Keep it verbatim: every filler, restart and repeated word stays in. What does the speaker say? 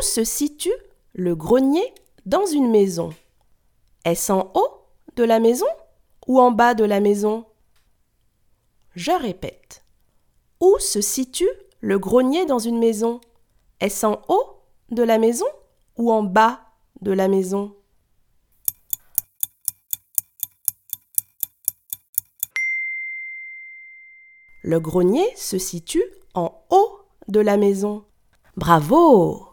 se situe le grenier dans une maison? Est-ce en haut de la maison ou en bas de la maison? Je répète. Où se situe le grenier dans une maison? Est-ce en haut de la maison ou en bas de la maison? Le grenier se situe en haut de la maison. Bravo!